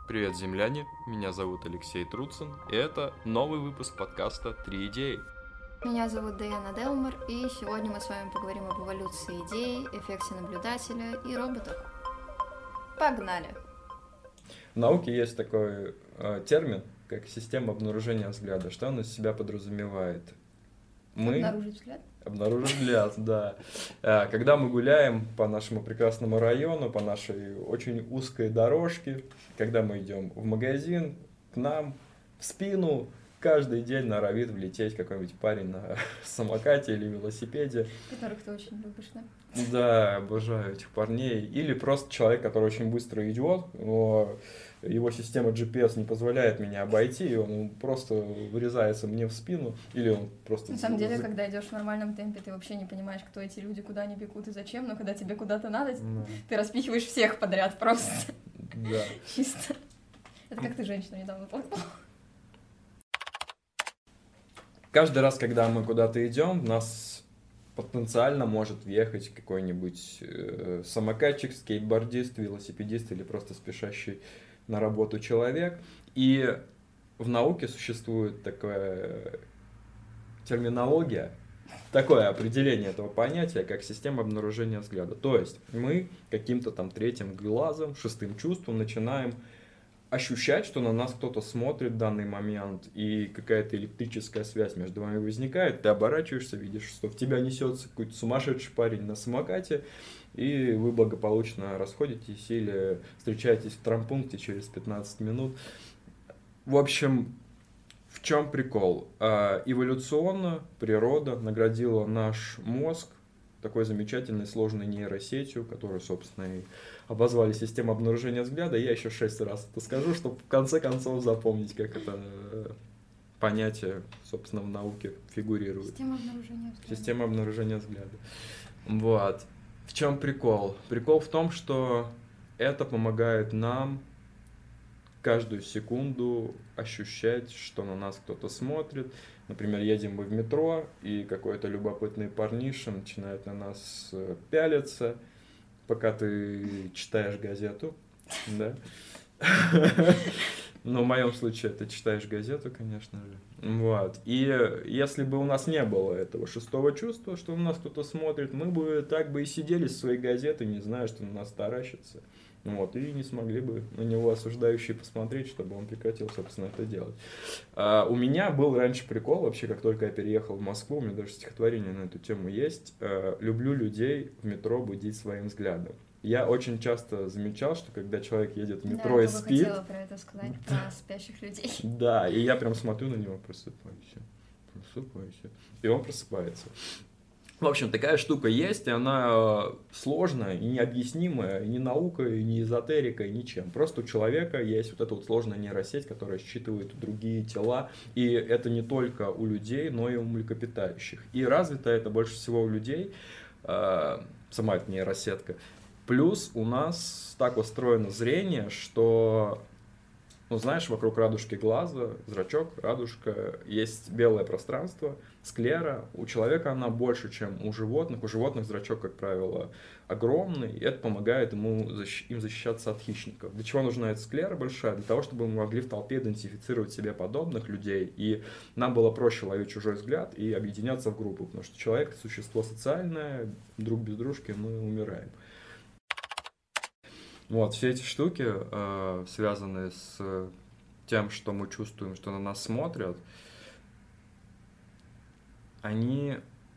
Привет, земляне! Меня зовут Алексей Труцин, и это новый выпуск подкаста «Три идеи». Меня зовут Даяна Делмар, и сегодня мы с вами поговорим об эволюции идей, эффекте наблюдателя и роботах. Погнали! В науке есть такой термин, как система обнаружения взгляда. Что он из себя подразумевает? Обнаружить взгляд? Обнаружить взгляд, да. Когда мы гуляем по нашему прекрасному району, по нашей очень узкой дорожке, когда мы идем в магазин, к нам в спину каждый день норовит влететь какой-нибудь парень на самокате или велосипеде. Которых ты очень любишь, да? Да, обожаю этих парней. Или просто человек, который очень быстро идет, но его система GPS не позволяет меня обойти, и он просто вырезается мне в спину, или он просто... На самом деле, когда идешь в нормальном темпе, ты вообще не понимаешь, кто эти люди, куда они бегут и зачем, но когда тебе куда-то надо, ты распихиваешь всех подряд просто. Да. Чисто. Это как ты женщину недавно толкнул. Каждый раз, когда мы куда-то идем, нас потенциально может въехать какой-нибудь самокатчик, скейтбордист, велосипедист или просто спешащий на работу человек. И в науке существует такая терминология, такое определение этого понятия, как система обнаружения взгляда. То есть мы каким-то там третьим глазом, шестым чувством начинаем ощущать, что на нас кто-то смотрит в данный момент, и какая-то электрическая связь между вами возникает, ты оборачиваешься, видишь, что в тебя несется какой-то сумасшедший парень на самокате, и вы благополучно расходитесь или встречаетесь в травмпункте через 15 минут. В общем, в чем прикол? Эволюционно природа наградила наш мозг такой замечательной сложной нейросетью, которую, собственно, и обозвали система обнаружения взгляда. Я еще 6 раз это скажу, чтобы в конце концов запомнить, как это понятие, собственно, в науке фигурирует. Система обнаружения взгляда. Система обнаружения взгляда. Вот. В чем прикол? Прикол в том, что это помогает нам каждую секунду ощущать, что на нас кто-то смотрит. Например, едем мы в метро, и какой-то любопытный парниша начинает на нас пялиться, пока ты читаешь газету, да? Но в моем случае ты читаешь газету, конечно же. Вот. И если бы у нас не было этого шестого чувства, что на нас кто-то смотрит, мы бы так бы и сидели с своей газетой, не зная, что на нас таращится. Вот, и не смогли бы на него осуждающие посмотреть, чтобы он прекратил, собственно, это делать. У меня был раньше прикол, вообще, как только я переехал в Москву, у меня даже стихотворение на эту тему есть. «Люблю людей в метро будить своим взглядом». Я очень часто замечал, что когда человек едет в метро и спит... Я хотела про это сказать, про спящих людей. Да, и я прям смотрю на него, просыпайся. И он просыпается. В общем, такая штука есть, и она сложная и необъяснимая, и не наукой, и не эзотерикой, ничем. Просто у человека есть вот эта вот сложная нейросеть, которая считывает другие тела, и это не только у людей, но и у млекопитающих. И развито это больше всего у людей, сама эта нейросетка. Плюс у нас так устроено зрение, что... Ну, знаешь, вокруг радужки глаза, зрачок, радужка, есть белое пространство, склера. У человека она больше, чем у животных. У животных зрачок, как правило, огромный, и это помогает им защищаться от хищников. Для чего нужна эта склера большая? Для того, чтобы мы могли в толпе идентифицировать себе подобных людей, и нам было проще ловить чужой взгляд и объединяться в группу, потому что человек – существо социальное, друг без дружки мы умираем. Вот, все эти штуки, связанные с тем, что мы чувствуем, что на нас смотрят, они...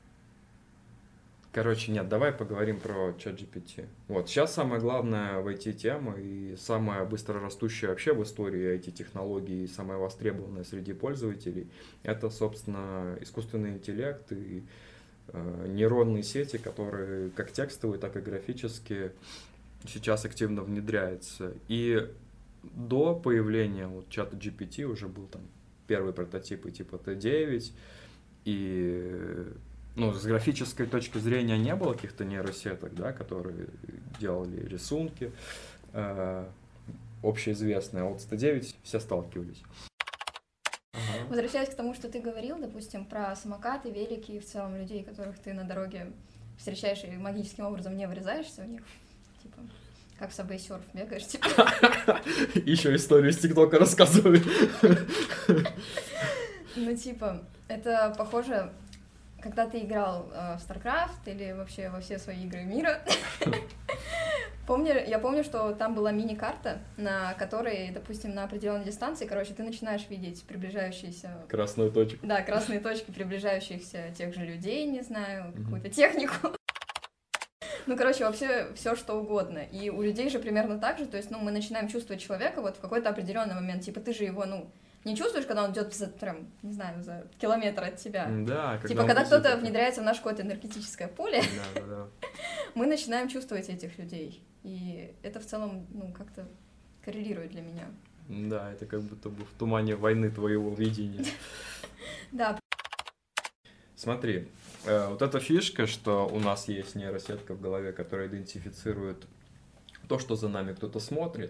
Короче, нет, давай поговорим про ChatGPT. Вот, сейчас самое главное в IT-тему и самое быстрорастущее вообще в истории IT-технологий, самое востребованное среди пользователей, это, собственно, искусственный интеллект и нейронные сети, которые как текстовые, так и графические сейчас активно внедряется. И до появления вот чата GPT уже был там первый прототип типа T9, и ну, с графической точки зрения не было каких-то нейросеток, да, которые делали рисунки общеизвестные, а вот с T9 все сталкивались. Возвращаясь к тому, что ты говорил, допустим, про самокаты, велики и в целом людей, которых ты на дороге встречаешь и магическим образом не врезаешься в них, типа, как в Subway Surf бегаешь, типа. Еще историю из ТикТока рассказываю. Ну, типа, это похоже, когда ты играл в StarCraft или вообще во все свои игры мира. Я помню, что там была мини-карта, на которой, допустим, на определенной дистанции, короче, ты начинаешь видеть приближающиеся... Красную точку. Да, красные точки приближающихся тех же людей, не знаю, какую-то технику. Ну, короче, вообще все что угодно. И у людей же примерно так же, то есть, ну, мы начинаем чувствовать человека вот в какой-то определенный момент. Типа, ты же его, ну, не чувствуешь, когда он идет за, прям, не знаю, за километр от тебя. Да, типа, когда кто-то внедряется в наше какое-то энергетическое поле, да. мы начинаем чувствовать этих людей. И это в целом, ну, как-то коррелирует для меня. Да, это как будто бы в тумане войны твоего видения. Да. Смотри, вот эта фишка, что у нас есть нейросетка в голове, которая идентифицирует то, что за нами кто-то смотрит.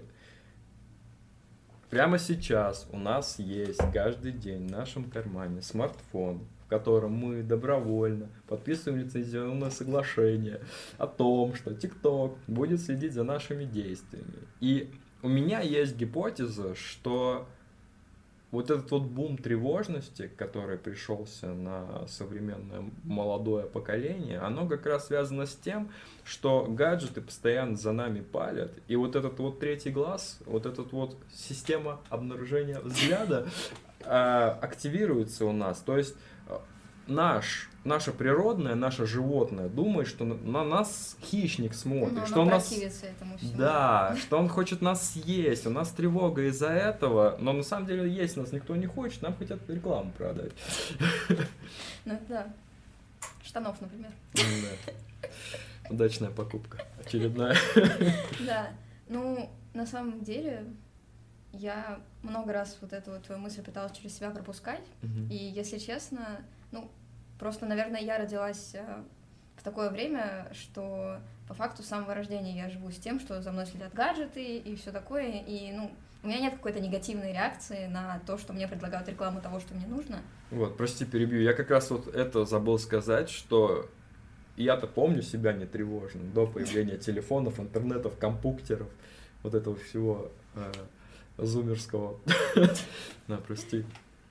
Прямо сейчас у нас есть каждый день в нашем кармане смартфон, в котором мы добровольно подписываем лицензионное соглашение о том, что TikTok будет следить за нашими действиями. И у меня есть гипотеза, что вот этот вот бум тревожности, который пришелся на современное молодое поколение, оно как раз связано с тем, что гаджеты постоянно за нами палят, и вот этот вот третий глаз, вот эта вот система обнаружения взгляда активируется у нас. То есть наше природное, наше животное думает, что на нас хищник смотрит, Ну, что он нас... этому всему. Да, что он хочет нас съесть, у нас тревога из-за этого, но на самом деле есть нас никто не хочет, нам хотят рекламу продать. Ну да, штанов, например. Да. Удачная покупка, очередная. Да, ну на самом деле я много раз вот эту вот твою мысль пыталась через себя пропускать, и если честно, ну просто, наверное, я родилась в такое время, что по факту с самого рождения я живу с тем, что за мной следят гаджеты и все такое, и, ну, у меня нет какой-то негативной реакции на то, что мне предлагают рекламу того, что мне нужно. Вот, прости, перебью. Я как раз вот это забыл сказать, что я-то помню себя нетревожным до появления телефонов, интернетов, компьютеров, вот этого всего зумерского. Да, прости.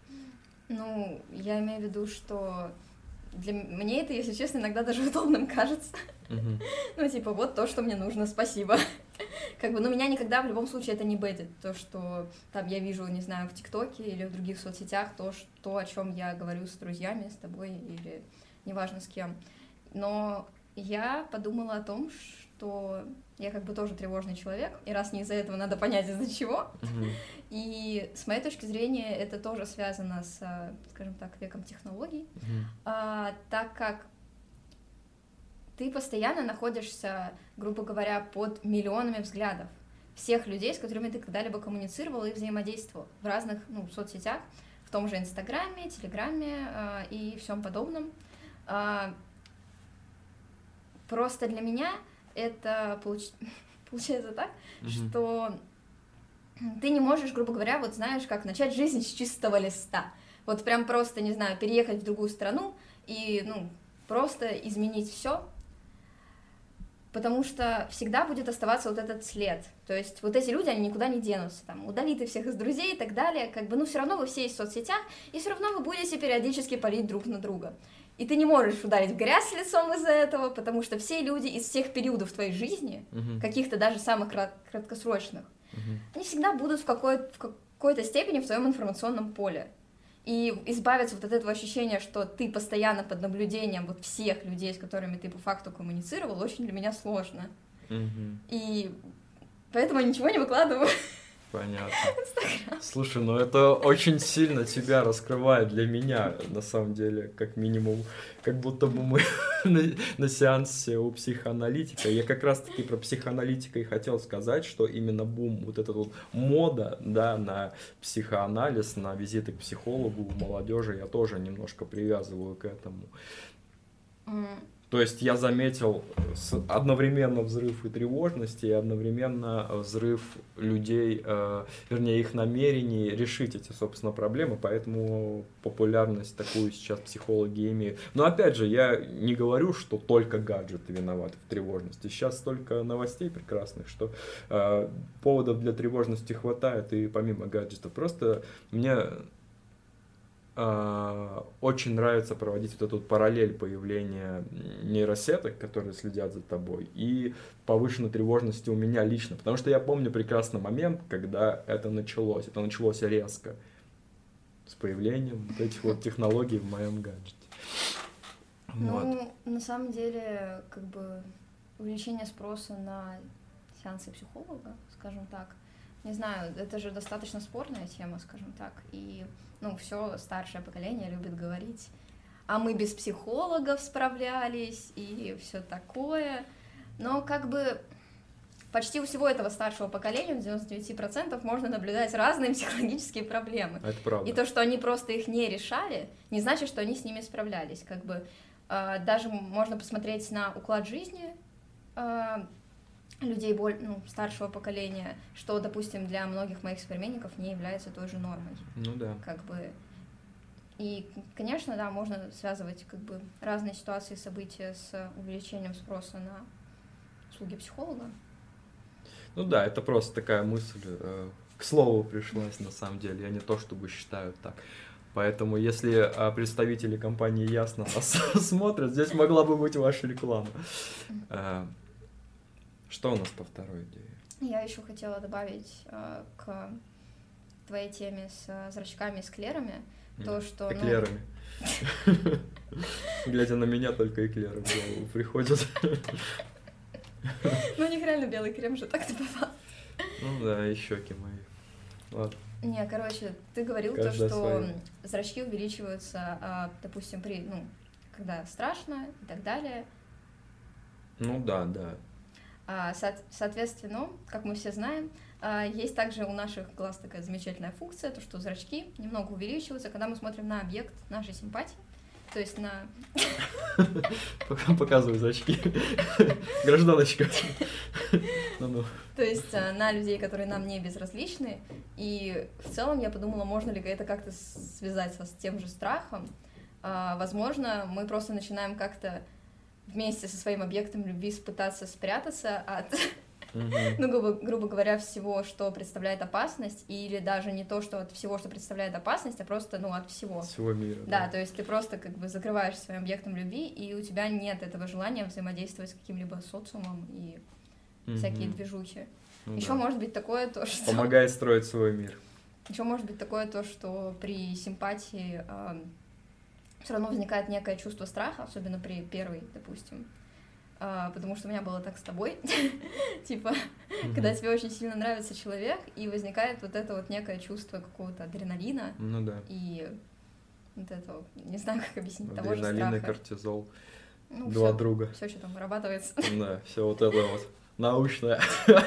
Ну, я имею в виду, что для мне это, если честно, иногда даже удобным кажется. Ну, типа, вот то, что мне нужно, спасибо. Как бы, ну, меня никогда в любом случае это не бэдит. То, что там я вижу, не знаю, в ТикТоке или в других соцсетях, то, о чем я говорю с друзьями, с тобой или неважно с кем. Но я подумала о том, что я как бы тоже тревожный человек, и раз не из-за этого, надо понять, из-за чего. И с моей точки зрения это тоже связано с, скажем так, веком технологий, так как ты постоянно находишься, грубо говоря, под миллионами взглядов всех людей, с которыми ты когда-либо коммуницировал и взаимодействовал в разных, ну, соцсетях, в том же Инстаграме, Телеграме и всем подобном. Просто для меня это получается так, что ты не можешь, грубо говоря, вот знаешь, как начать жизнь с чистого листа. Вот прям просто, не знаю, переехать в другую страну и, ну, просто изменить все, потому что всегда будет оставаться вот этот след. То есть вот эти люди, они никуда не денутся, там, удали ты всех из друзей и так далее, как бы, ну, все равно вы все есть в соцсетях, и все равно вы будете периодически палить друг на друга. И ты не можешь ударить в грязь лицом из-за этого, потому что все люди из всех периодов твоей жизни, каких-то даже самых краткосрочных, они всегда будут в какой-то степени в твоем информационном поле. И избавиться вот от этого ощущения, что ты постоянно под наблюдением вот всех людей, с которыми ты по факту коммуницировал, очень для меня сложно. И поэтому я ничего не выкладываю. Понятно. Слушай, ну это очень сильно тебя раскрывает для меня, на самом деле, как минимум, как будто бы мы на сеансе у психоаналитика. Я как раз-таки про психоаналитика и хотел сказать, что именно бум, вот эта вот мода, да, на психоанализ, на визиты к психологу у молодежи, я тоже немножко привязываю к этому. То есть я заметил одновременно взрыв и тревожности, и одновременно взрыв людей, вернее, их намерений решить эти, собственно, проблемы, поэтому популярность такую сейчас психологи имеют. Но опять же, я не говорю, что только гаджеты виноваты в тревожности. Сейчас столько новостей прекрасных, что поводов для тревожности хватает и помимо гаджетов. Просто мне очень нравится проводить вот эту вот параллель появления нейросеток, которые следят за тобой, и повышенной тревожности у меня лично. Потому что я помню прекрасный момент, когда это началось. Это началось резко. С появлением вот этих вот технологий в моем гаджете. Ну, на самом деле, как бы увеличение спроса на сеансы психолога, скажем так, не знаю, это же достаточно спорная тема, скажем так, и, ну, все старшее поколение любит говорить, а мы без психологов справлялись, и все такое, но как бы почти у всего этого старшего поколения, у 99%, можно наблюдать разные психологические проблемы. Это правда. И то, что они просто их не решали, не значит, что они с ними справлялись, как бы, даже можно посмотреть на уклад жизни, людей старшего поколения, что, допустим, для многих моих современников не является той же нормой. Ну да. Как бы. И, конечно, да, можно связывать как бы разные ситуации и события с увеличением спроса на услуги психолога. Ну да, это просто такая мысль, к слову пришлась на самом деле, я не то чтобы считаю так. Поэтому, если представители компании Ясно нас смотрят, здесь могла бы быть ваша реклама. Что у нас по второй идее? Я еще хотела добавить к твоей теме с зрачками и склерами то, что... Эклерами. Глядя на меня, только эклеры в голову приходят. Ну, у них реально белый крем же так-то бывает. Ну да, и щеки мои. Ладно. Не, короче, ты говорил то, что зрачки увеличиваются, допустим, когда страшно и так далее. Ну да, да. Соответственно, как мы все знаем, есть также у наших глаз такая замечательная функция, то что зрачки немного увеличиваются, когда мы смотрим на объект нашей симпатии, то есть на... Показывай зрачки. Гражданочка. То есть на людей, которые нам не безразличны, и в целом я подумала, можно ли это как-то связать с тем же страхом. Возможно, мы просто начинаем как-то вместе со своим объектом любви пытаться спрятаться от, грубо говоря, всего, что представляет опасность, или даже не то, что от всего, что представляет опасность, а просто, от всего. От всего мира. Да, то есть ты просто как бы закрываешь своим объектом любви, и у тебя нет этого желания взаимодействовать с каким-либо социумом и всякие движухи. Еще может быть такое то, что... Помогает строить свой мир. Еще может быть такое то, что при симпатии все равно возникает некое чувство страха, особенно при первой, допустим, потому что у меня было так с тобой, типа, когда тебе очень сильно нравится человек, и возникает вот это вот некое чувство какого-то адреналина, ну да, и вот это, не знаю, как объяснить, того же страха. Адреналин и кортизол, два друга. Все, что там вырабатывается. Да, все вот это вот научное.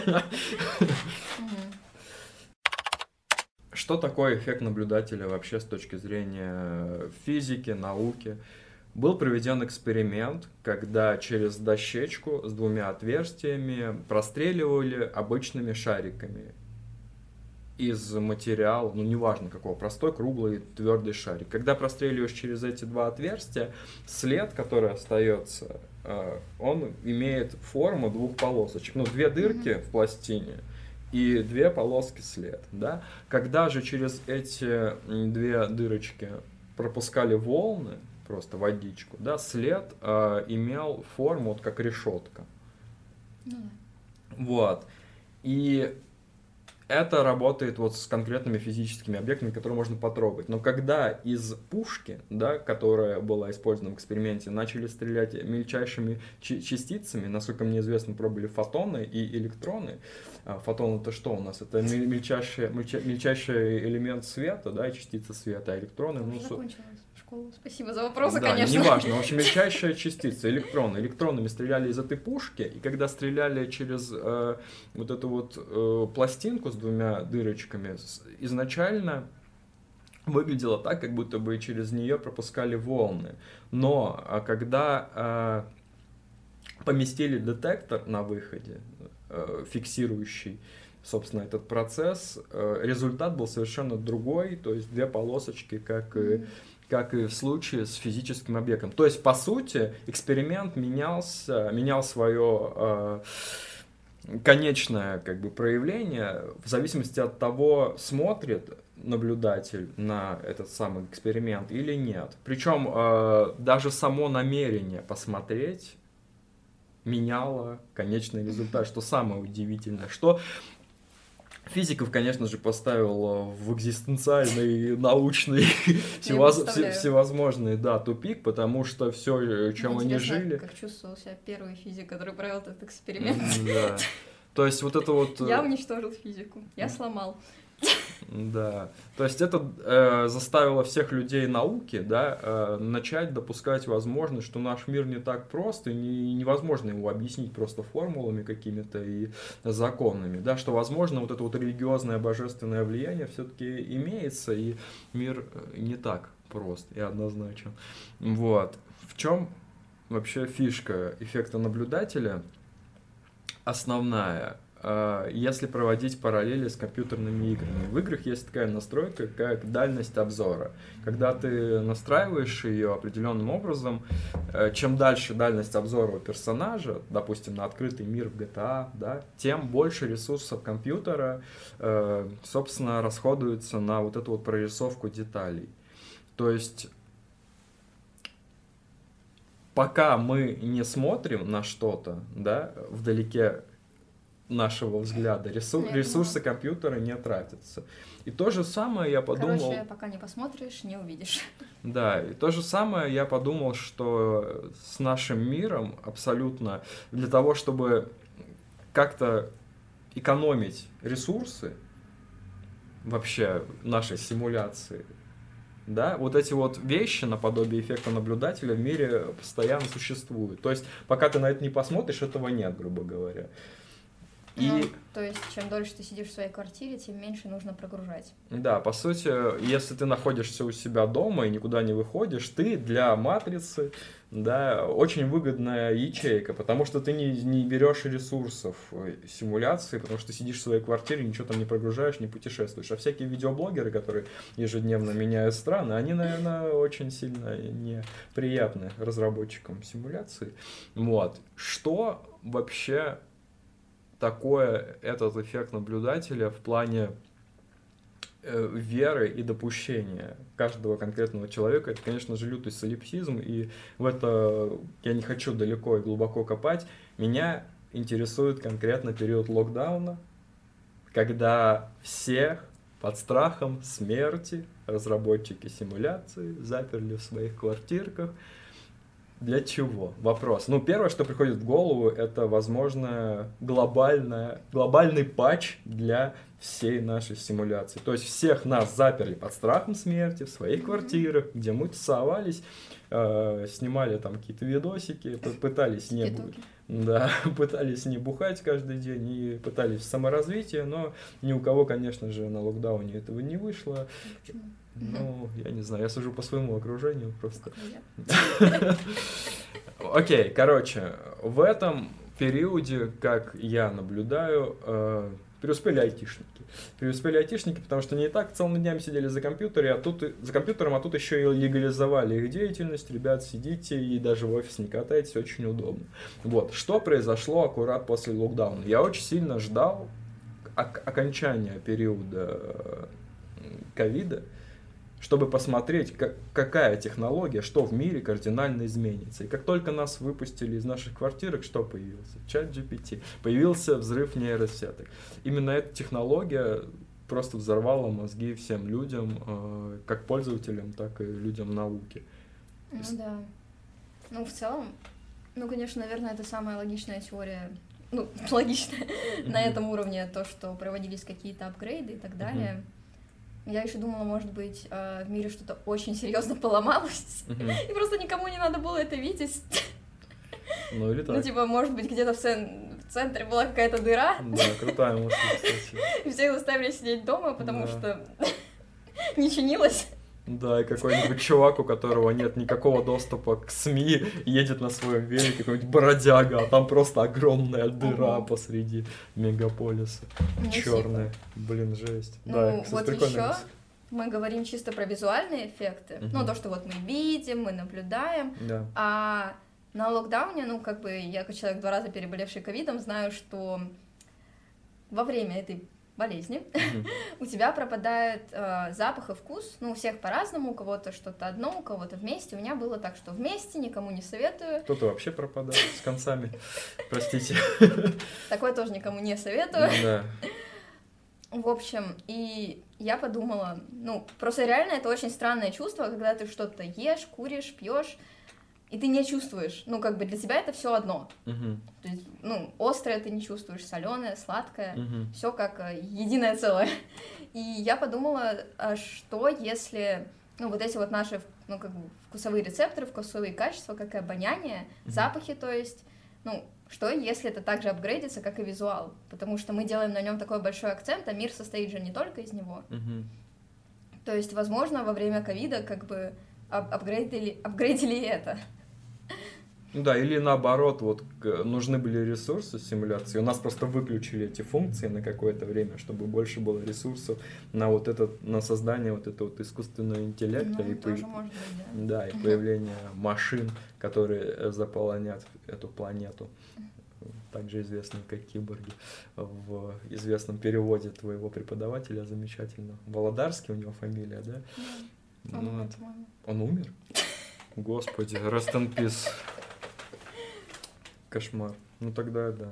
Что такое эффект наблюдателя вообще с точки зрения физики, науки? Был проведен эксперимент, когда через дощечку с двумя отверстиями простреливали обычными шариками из материала, неважно какого, простой, круглый, твердый шарик. Когда простреливаешь через эти два отверстия, след, который остается, он имеет форму двух полосочек, две дырки в пластине и две полоски след, да? Когда же через эти две дырочки пропускали волны, просто водичку, да, след имел форму вот как решетка. Вот. И это работает вот с конкретными физическими объектами, которые можно потрогать. Но когда из пушки, да, которая была использована в эксперименте, начали стрелять мельчайшими частицами, насколько мне известно, пробовали фотоны и электроны. Фотон — это что у нас? Это мельчайший элемент света, да, и частица света, а электроны... Школу. Спасибо за вопросы, да, конечно. Неважно, в общем, мельчайшая частица, электроны. Электронами стреляли из этой пушки, и когда стреляли через вот эту вот пластинку с двумя дырочками, изначально выглядело так, как будто бы через нее пропускали волны. Но когда поместили детектор на выходе, фиксирующий, собственно, этот процесс, результат был совершенно другой, то есть 2 полосочки, как и в случае с физическим объектом. То есть, по сути, эксперимент менял свое конечное как бы проявление в зависимости от того, смотрит наблюдатель на этот самый эксперимент или нет. Причем даже само намерение посмотреть меняло конечный результат, что самое удивительное, что физиков, конечно же, поставил в экзистенциальный, научный, всевозможный, тупик, потому что все, чем они жили... Как чувствовал себя первый физик, который провел этот эксперимент. Да. То есть вот это вот... Я уничтожил физику, я сломал. Да, то есть это заставило всех людей науки, начать допускать возможность, что наш мир не так прост, и невозможно его объяснить просто формулами какими-то и законами, что, возможно, вот это вот религиозное божественное влияние все-таки имеется, и мир не так прост и однозначен. Вот. В чем вообще фишка эффекта наблюдателя основная? Если проводить параллели с компьютерными играми. В играх есть такая настройка, как дальность обзора. Когда ты настраиваешь ее определенным образом, чем дальше дальность обзора у персонажа, допустим, на открытый мир в GTA, тем больше ресурсов компьютера, собственно, расходуется на вот эту вот прорисовку деталей. То есть, пока мы не смотрим на что-то, вдалеке нашего взгляда, ресурсы компьютера не тратятся. И то же самое я подумал... Короче, пока не посмотришь, не увидишь. Да, и то же самое я подумал, что с нашим миром абсолютно для того, чтобы как-то экономить ресурсы вообще нашей симуляции, вот эти вот вещи наподобие эффекта наблюдателя в мире постоянно существуют. То есть, пока ты на это не посмотришь, этого нет, грубо говоря. То есть, чем дольше ты сидишь в своей квартире, тем меньше нужно прогружать. Да, по сути, если ты находишься у себя дома и никуда не выходишь, ты для матрицы, очень выгодная ячейка, потому что ты не берешь ресурсов симуляции, потому что ты сидишь в своей квартире, ничего там не прогружаешь, не путешествуешь. А всякие видеоблогеры, которые ежедневно меняют страны, они, наверное, очень сильно неприятны разработчикам симуляции. Вот. Что вообще такое этот эффект наблюдателя в плане веры и допущения каждого конкретного человека? Это, конечно же, лютый солипсизм, и в это я не хочу далеко и глубоко копать. Меня интересует конкретно период локдауна, когда всех под страхом смерти разработчики симуляции заперли в своих квартирках. Для чего? Вопрос. Первое, что приходит в голову, это, возможно, глобальный патч для всей нашей симуляции. То есть всех нас заперли под страхом смерти в своих квартирах, где мы тусовались, снимали там какие-то видосики, пытались не бухать каждый день и пытались саморазвитие, но ни у кого, конечно же, на локдауне этого не вышло. Почему? Я не знаю, я сужу по своему окружению просто. Окей, короче, в этом периоде, как я наблюдаю, преуспели айтишники, потому что не так целыми днями сидели за компьютером, а тут еще и легализовали их деятельность. Ребят, сидите и даже в офис не катаетесь, очень удобно. Вот, что произошло аккурат после локдауна? Я очень сильно ждал окончания периода ковида, чтобы посмотреть, какая технология, что в мире кардинально изменится. И как только нас выпустили из наших квартирок, что появился? ChatGPT. Появился взрыв нейросеток. Именно эта технология просто взорвала мозги всем людям, как пользователям, так и людям науки. Да. В целом, конечно, наверное, это самая логичная теория, логичная на этом уровне, то, что проводились какие-то апгрейды и так далее. Я еще думала, может быть, в мире что-то очень серьезно поломалось, и просто никому не надо было это видеть. Или так. Может быть, где-то в центре была какая-то дыра. Да, крутая мысль, кстати. И всех заставили сидеть дома, потому что не чинилось. Да, и какой-нибудь чувак, у которого нет никакого доступа к СМИ, едет на своем велике, какой-нибудь бродяга, а там просто огромная дыра посреди мегаполиса. Ну, Черная. Блин, жесть. Ну, Да, кстати, вот прикольно. еще мы говорим чисто про визуальные эффекты. Ну, то, что вот мы видим, мы наблюдаем. Да. А на локдауне, ну, как бы я, как человек 2 раза переболевший ковидом, знаю, что во время этой болезни у тебя пропадает запах и вкус. Ну, у всех по-разному, у кого-то что-то одно, у кого-то вместе. У меня было так, что вместе, никому не советую. Кто-то вообще пропадает с концами. Простите. Такое тоже никому не советую. Да. В общем, и я подумала, ну, просто реально это очень странное чувство, когда ты что-то ешь, куришь, пьешь, и ты не чувствуешь, ну, как бы для тебя это все одно. То есть, ну, острое ты не чувствуешь, соленое, сладкое, все как единое целое. И я подумала, а что если, ну, вот эти вот наши, ну, как бы вкусовые рецепторы, вкусовые качества, как и обоняние, запахи, то есть, ну, что если это также апгрейдится, как и визуал? Потому что мы делаем на нем такой большой акцент, а мир состоит же не только из него. То есть, возможно, во время ковида как бы апгрейдили это. Да, или наоборот, вот нужны были ресурсы симуляции, у нас просто выключили эти функции на какое-то время, чтобы больше было ресурсов на вот этот, на создание вот этого вот искусственного интеллекта и тоже может быть, да, и появление машин, которые заполонят эту планету, также известные как киборги, в известном переводе твоего преподавателя замечательного. Володарский у него фамилия, да? Да. Он умер? Господи, rest in peace. Кошмар. Ну тогда да.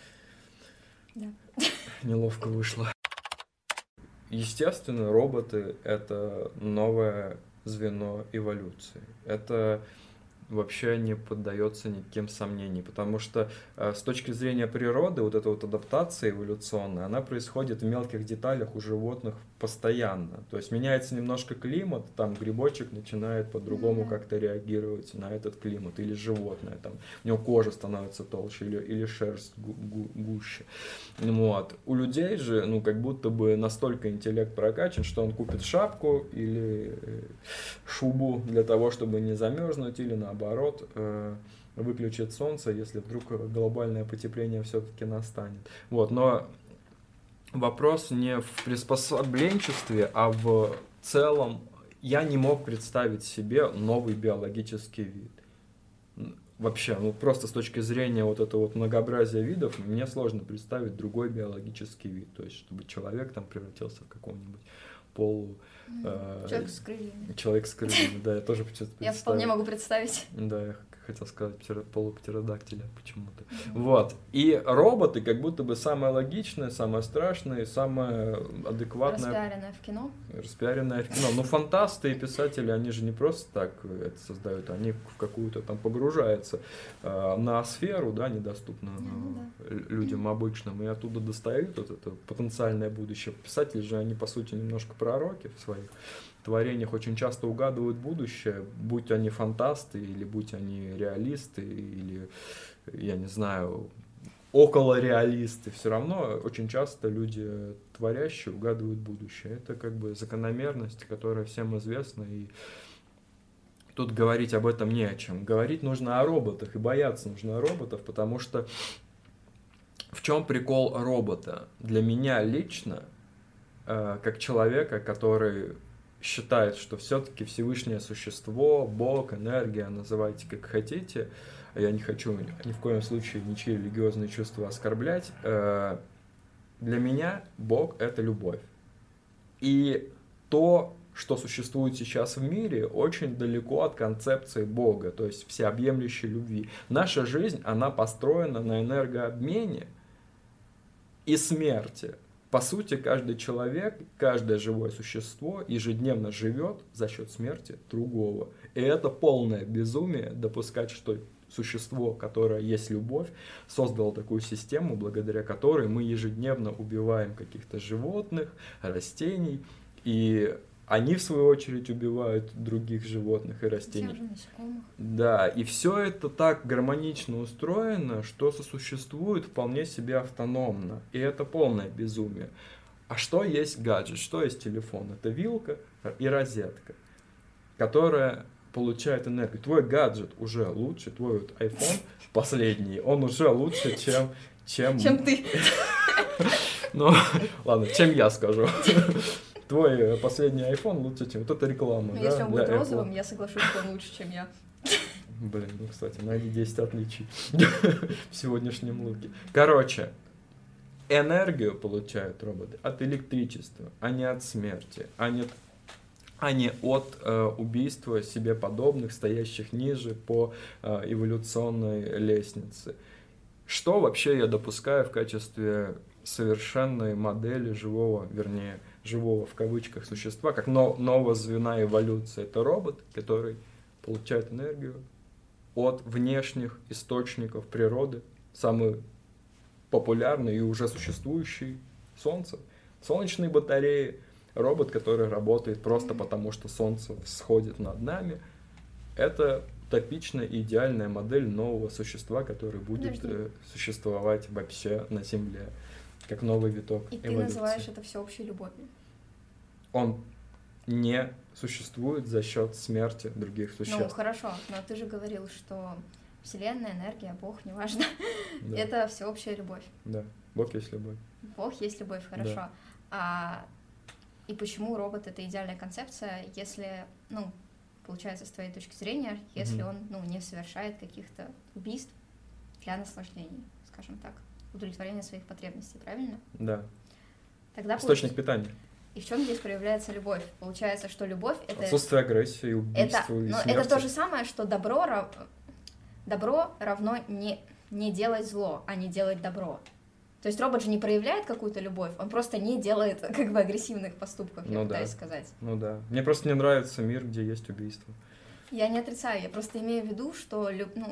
Неловко вышло. Естественно, роботы — это новое звено эволюции. Это вообще не поддается никаким сомнениям, потому что с точки зрения природы вот эта вот адаптация эволюционная, она происходит в мелких деталях у животных постоянно. То есть меняется немножко климат, там грибочек начинает по-другому как-то реагировать на этот климат, или животное, там у него кожа становится толще, или шерсть гуще. Вот. У людей же, ну, как будто бы настолько интеллект прокачан, что он купит шапку или шубу для того, чтобы не замерзнуть, или наоборот выключит солнце, если вдруг глобальное потепление все-таки настанет. Вот, но вопрос не в приспособленчестве, а в целом я не мог представить себе новый биологический вид. Вообще, ну просто с точки зрения вот этого вот многообразия видов, мне сложно представить другой биологический вид. То есть, чтобы человек там превратился в какого-нибудь человек с крыльями. Человек с крыльями, да, я тоже почему-то представил. Я вполне могу представить. Да, я хотел сказать полуптеродактиля почему-то. Вот. И роботы как будто бы самое логичное, самое страшное, самое адекватное. Распиаренное в кино. Распиаренное в кино. Но фантасты и писатели, они же не просто так это создают, они в какую-то там погружаются на сферу, да, недоступную людям обычным, и оттуда достают вот это потенциальное будущее. Писатели же, они по сути немножко пророки в своих творениях, очень часто угадывают будущее, будь они фантасты, или будь они реалисты, или, я не знаю, околореалисты, все равно очень часто люди творящие угадывают будущее. Это как бы закономерность, которая всем известна, и тут говорить об этом не о чем. Говорить нужно о роботах, и бояться нужно роботов, потому что в чем прикол робота? Для меня лично, как человека, который считает, что все-таки Всевышнее существо, Бог, энергия, называйте как хотите, я не хочу ни в коем случае ничьи религиозные чувства оскорблять, для меня Бог — это любовь. И то, что существует сейчас в мире, очень далеко от концепции Бога, то есть всеобъемлющей любви. Наша жизнь, она построена на энергообмене и смерти. По сути, каждый человек, каждое живое существо ежедневно живет за счет смерти другого. И это полное безумие допускать, что существо, которое есть любовь, создало такую систему, благодаря которой мы ежедневно убиваем каких-то животных, растений, и они, в свою очередь, убивают других животных и растений. Да, и все это так гармонично устроено, что сосуществует вполне себе автономно. И это полное безумие. А что есть гаджет? Что есть телефон? Это вилка и розетка. которая получает энергию. Твой гаджет уже лучше, твой вот iPhone последний, он уже лучше, чем ты. Ну, ладно, чем я скажу. Твой последний iPhone лучше, чем вот эта реклама. Ну, да, если он для будет Apple. розовым, я соглашусь, что он лучше, чем я. Блин, ну, кстати, найди 10 отличий в сегодняшнем луке. Короче, энергию получают роботы от электричества, а не от смерти, а не от убийства себе подобных, стоящих ниже по эволюционной лестнице. Что вообще я допускаю в качестве совершенной модели живого, вернее, живого в кавычках существа, как нового звена эволюции? Это робот, который получает энергию от внешних источников природы, самый популярный и уже существующий — Солнце. Солнечные батареи, робот, который работает просто потому, что Солнце всходит над нами. Это утопичная и идеальная модель нового существа, который будет существовать вообще на Земле, как новый виток эволюции. И эволюции. ты называешь это всеобщей любовью? Он не существует за счет смерти других существ. Ну, хорошо, но ты же говорил, что Вселенная, энергия, Бог, неважно, Да. это всеобщая любовь. Да, Бог есть любовь. Бог есть любовь, хорошо. Да. И почему робот — это идеальная концепция, если, ну, получается, с твоей точки зрения, если он, ну, не совершает каких-то убийств для наслаждений, скажем так, удовлетворения своих потребностей, правильно? Да. Тогда Источник питания. И в чем здесь проявляется любовь? Получается, что любовь — это... Отсутствие агрессии, убийства и но смерти. это то же самое, что добро равно не делать зло, а не делать добро. То есть робот же не проявляет какую-то любовь, он просто не делает как бы агрессивных поступков, я пытаюсь сказать. Ну да. Мне просто не нравится мир, где есть убийство. Я не отрицаю, я просто имею в виду, что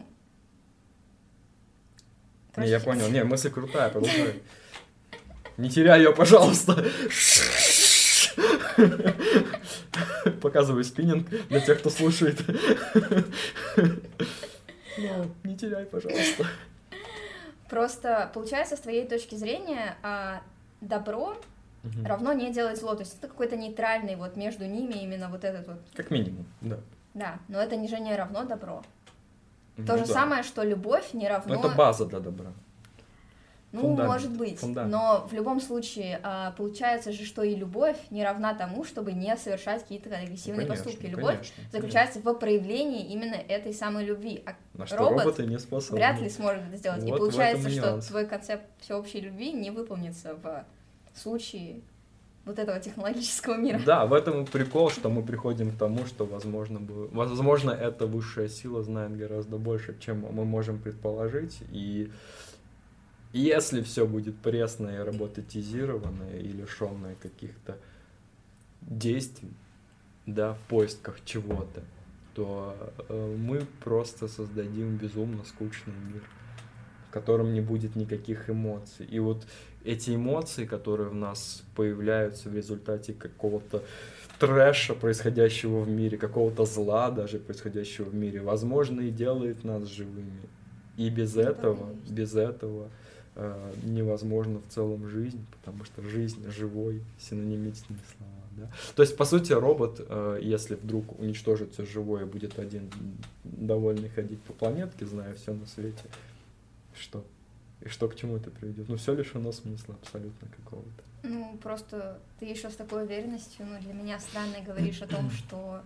Не, я понял. Не, мысль крутая, продолжай. Не теряй ее, пожалуйста. Показываю спиннинг для тех, кто слушает. Не теряй, пожалуйста. Просто получается, с твоей точки зрения, добро равно не делать зло. То есть это какой-то нейтральный вот между ними именно вот этот вот. Как минимум, да. Да, но это же не равно добро. Ну, То же самое, что любовь не равно... Но это база для добра. Ну, Фундамент. может быть, Фундамент. но в любом случае получается же, что и любовь не равна тому, чтобы не совершать какие-то агрессивные поступки. Любовь заключается в проявлении именно этой самой любви, а на что робот роботы не способны. вряд ли сможет это сделать. Вот и получается, в этом что нюанс. твой концепт всеобщей любви не выполнится в случае вот этого технологического мира. Да, в этом и прикол, что мы приходим к тому, что, возможно, эта высшая сила знает гораздо больше, чем мы можем предположить, и если все будет пресное, роботизированное и лишенное каких-то действий, да, в поисках чего-то, то мы просто создадим безумно скучный мир, в котором не будет никаких эмоций. И вот эти эмоции, которые в нас появляются в результате какого-то трэша, происходящего в мире, какого-то зла даже происходящего в мире, возможно, и делает нас живыми. И без этого невозможно в целом жизнь, потому что жизнь, живой, синонимичные слова. Да? То есть, по сути, робот, если вдруг уничтожит все живое, будет один довольный ходить по планетке, зная все на свете, что? И что к чему это приведет? Ну, все лишено смысла абсолютно какого-то. Ну, просто ты еще с такой уверенностью, для меня странно говоришь о том, что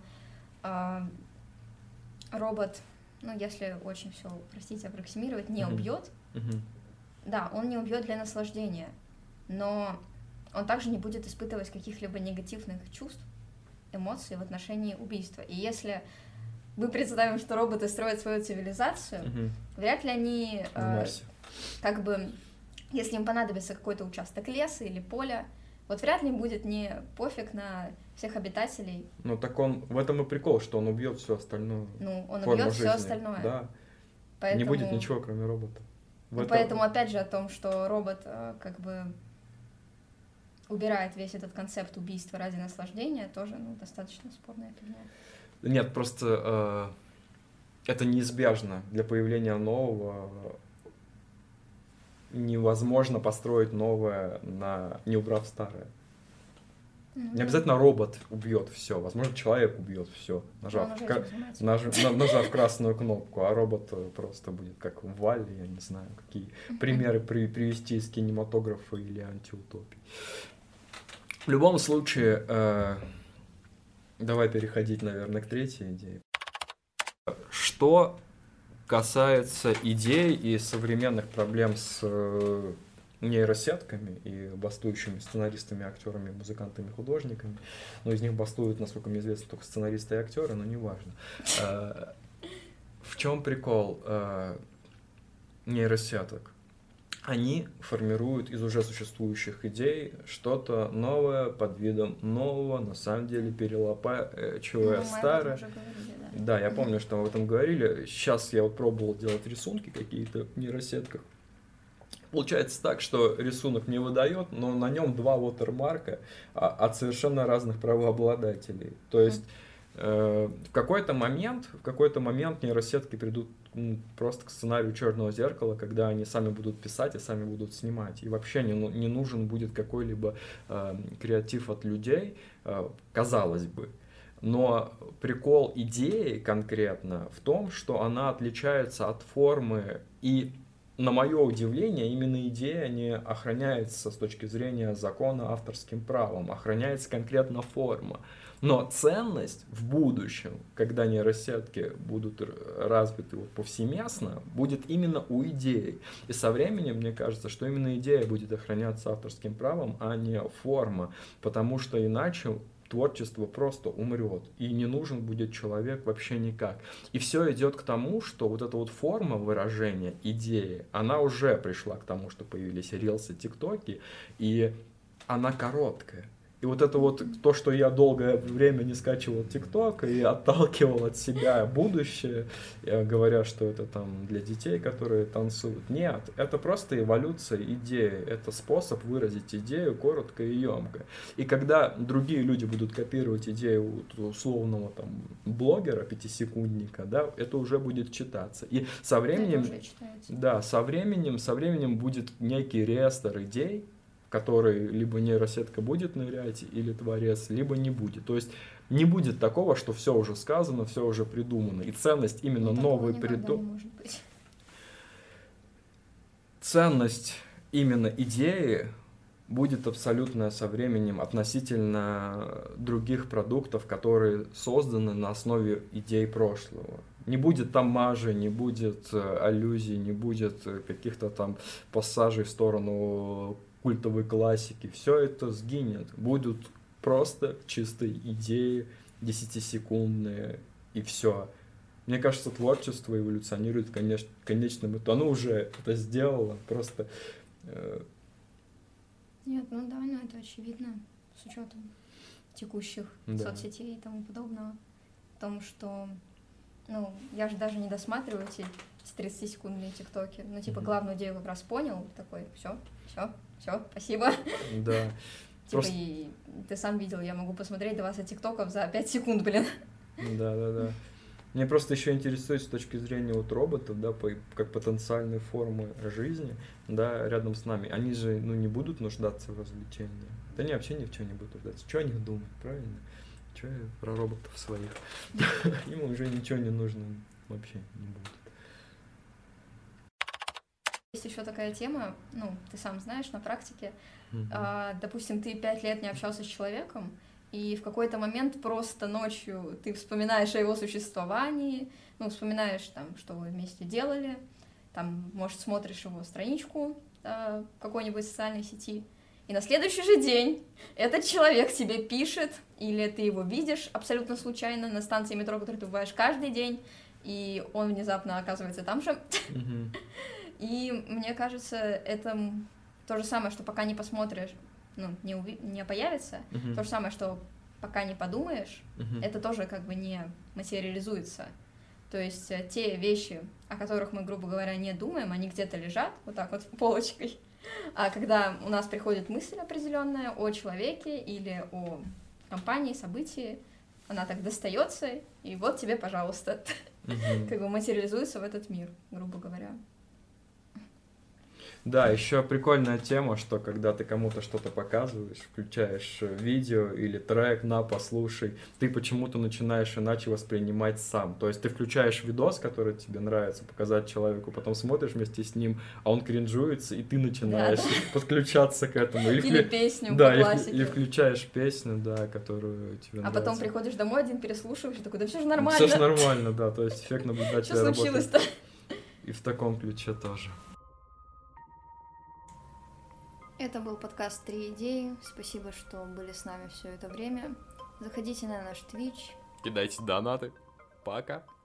робот, если очень все, простите, аппроксимировать, не убьет. Да, он не убьет для наслаждения, но он также не будет испытывать каких-либо негативных чувств, эмоций в отношении убийства. И если мы представим, что роботы строят свою цивилизацию, вряд ли они, если им понадобится какой-то участок леса или поля, вот вряд ли им будет не пофиг на всех обитателей. Ну так в этом и прикол, что он убьет все остальное. Ну, он убьет все остальное. Да. Поэтому... Не будет ничего, кроме робота. Поэтому, опять же, о том, что робот убирает весь этот концепт убийства ради наслаждения, тоже достаточно спорная фигня. Нет, просто это неизбежно. Для появления нового невозможно построить новое, не убрав старое. Не обязательно робот убьет все, возможно, человек убьет все, нажав красную кнопку, а робот просто будет как в Вале, я не знаю, какие примеры привести из кинематографа или антиутопии. В любом случае, давай переходить, наверное, к третьей идее. Что касается идей и современных проблем с нейросетками и бастующими сценаристами, актерами, музыкантами, художниками. Но из них бастуют, насколько мне известно, только сценаристы и актеры, но неважно. В чем прикол нейросеток? Они формируют из уже существующих идей что-то новое под видом нового, на самом деле перелопачивая старое. Да, я помню, что мы об этом говорили. Сейчас я вот пробовал делать рисунки какие-то в нейросетках. Получается так, что рисунок не выдает, но на нем два watermark'а от совершенно разных правообладателей. То есть в какой-то момент нейросетки придут просто к сценарию «Черного зеркала», когда они сами будут писать и сами будут снимать. И вообще не нужен будет какой-либо креатив от людей, казалось бы. Но прикол идеи конкретно в том, что она отличается от формы, и на мое удивление, именно идея не охраняется с точки зрения закона авторским правом, охраняется конкретно форма. Но ценность в будущем, когда нейросетки будут развиты повсеместно, будет именно у идеи. И со временем, мне кажется, что именно идея будет охраняться авторским правом, а не форма, потому что иначе творчество просто умрет, и не нужен будет человек вообще никак. И все идет к тому, что вот эта вот форма выражения идеи, она уже пришла к тому, что появились рилсы, тиктоки, и она короткая. И вот это вот то, что я долгое время не скачивал ТикТок и отталкивал от себя будущее, говоря, что это там для детей, которые танцуют. Нет, это просто эволюция идеи, это способ выразить идею коротко и емко. И когда другие люди будут копировать идею условного там блогера, пятисекундника, да, это уже будет читаться. И со временем, да, со временем будет некий реестр идей, который либо нейросетка будет нырять, или творец, либо не будет. То есть не будет такого, что все уже сказано, все уже придумано. И ценность именно новой ценность именно идеи будет абсолютная со временем относительно других продуктов, которые созданы на основе идей прошлого. Не будет там мажи, не будет аллюзий, не будет каких-то там пассажей в сторону культовой классики, все это сгинет. Будут просто чистые идеи, 10-секундные, и все. Мне кажется, творчество эволюционирует в конечном итоге. Оно уже это сделало, просто... Нет, ну да, ну это очевидно, с учетом текущих соцсетей и тому подобного. В том, что... Ну, я же даже не досматриваю эти 30-секундные тиктоки. Ну, типа, главную идею как раз понял, такой, все, спасибо. Да. Типа, и ты сам видел, я могу посмотреть 20 тиктоков за 5 секунд, блин. Да. Мне просто еще интересует с точки зрения вот роботов, да, как потенциальной формы жизни, да, рядом с нами. Они же, не будут нуждаться в развлечении. Да они вообще ни в чем не будут нуждаться. Что о них думать, правильно? Что я про роботов своих? Им уже ничего не нужно вообще не будет. Есть еще такая тема, ты сам знаешь на практике, допустим, ты 5 лет не общался с человеком, и в какой-то момент просто ночью ты вспоминаешь о его существовании, вспоминаешь там, что вы вместе делали, там, может, смотришь его страничку в какой-нибудь социальной сети, и на следующий же день этот человек тебе пишет, или ты его видишь абсолютно случайно на станции метро, в которой ты бываешь каждый день, и он внезапно оказывается там же. И мне кажется, это то же самое, что пока не посмотришь, не появится, то же самое, что пока не подумаешь, это тоже как бы не материализуется. То есть те вещи, о которых мы, грубо говоря, не думаем, они где-то лежат вот так вот полочкой. А когда у нас приходит мысль определенная о человеке или о компании, событии, она так достается, и вот тебе, пожалуйста, как бы материализуется в этот мир, грубо говоря. Да, еще прикольная тема, что когда ты кому-то что-то показываешь, включаешь видео или трек, на, послушай, ты почему-то начинаешь иначе воспринимать сам. То есть ты включаешь видос, который тебе нравится показать человеку, потом смотришь вместе с ним, а он кринжуется, и ты начинаешь подключаться к этому. Или песню по классике. Или включаешь песню, да, которую тебе нравится. А потом приходишь домой, один переслушиваешь, и такой, да все же нормально. Все же нормально, да, то есть эффект наблюдателя Что случилось-то? И в таком ключе тоже. Это был подкаст «Три идеи». Спасибо, что были с нами все это время. Заходите на наш Twitch. Кидайте донаты. Пока.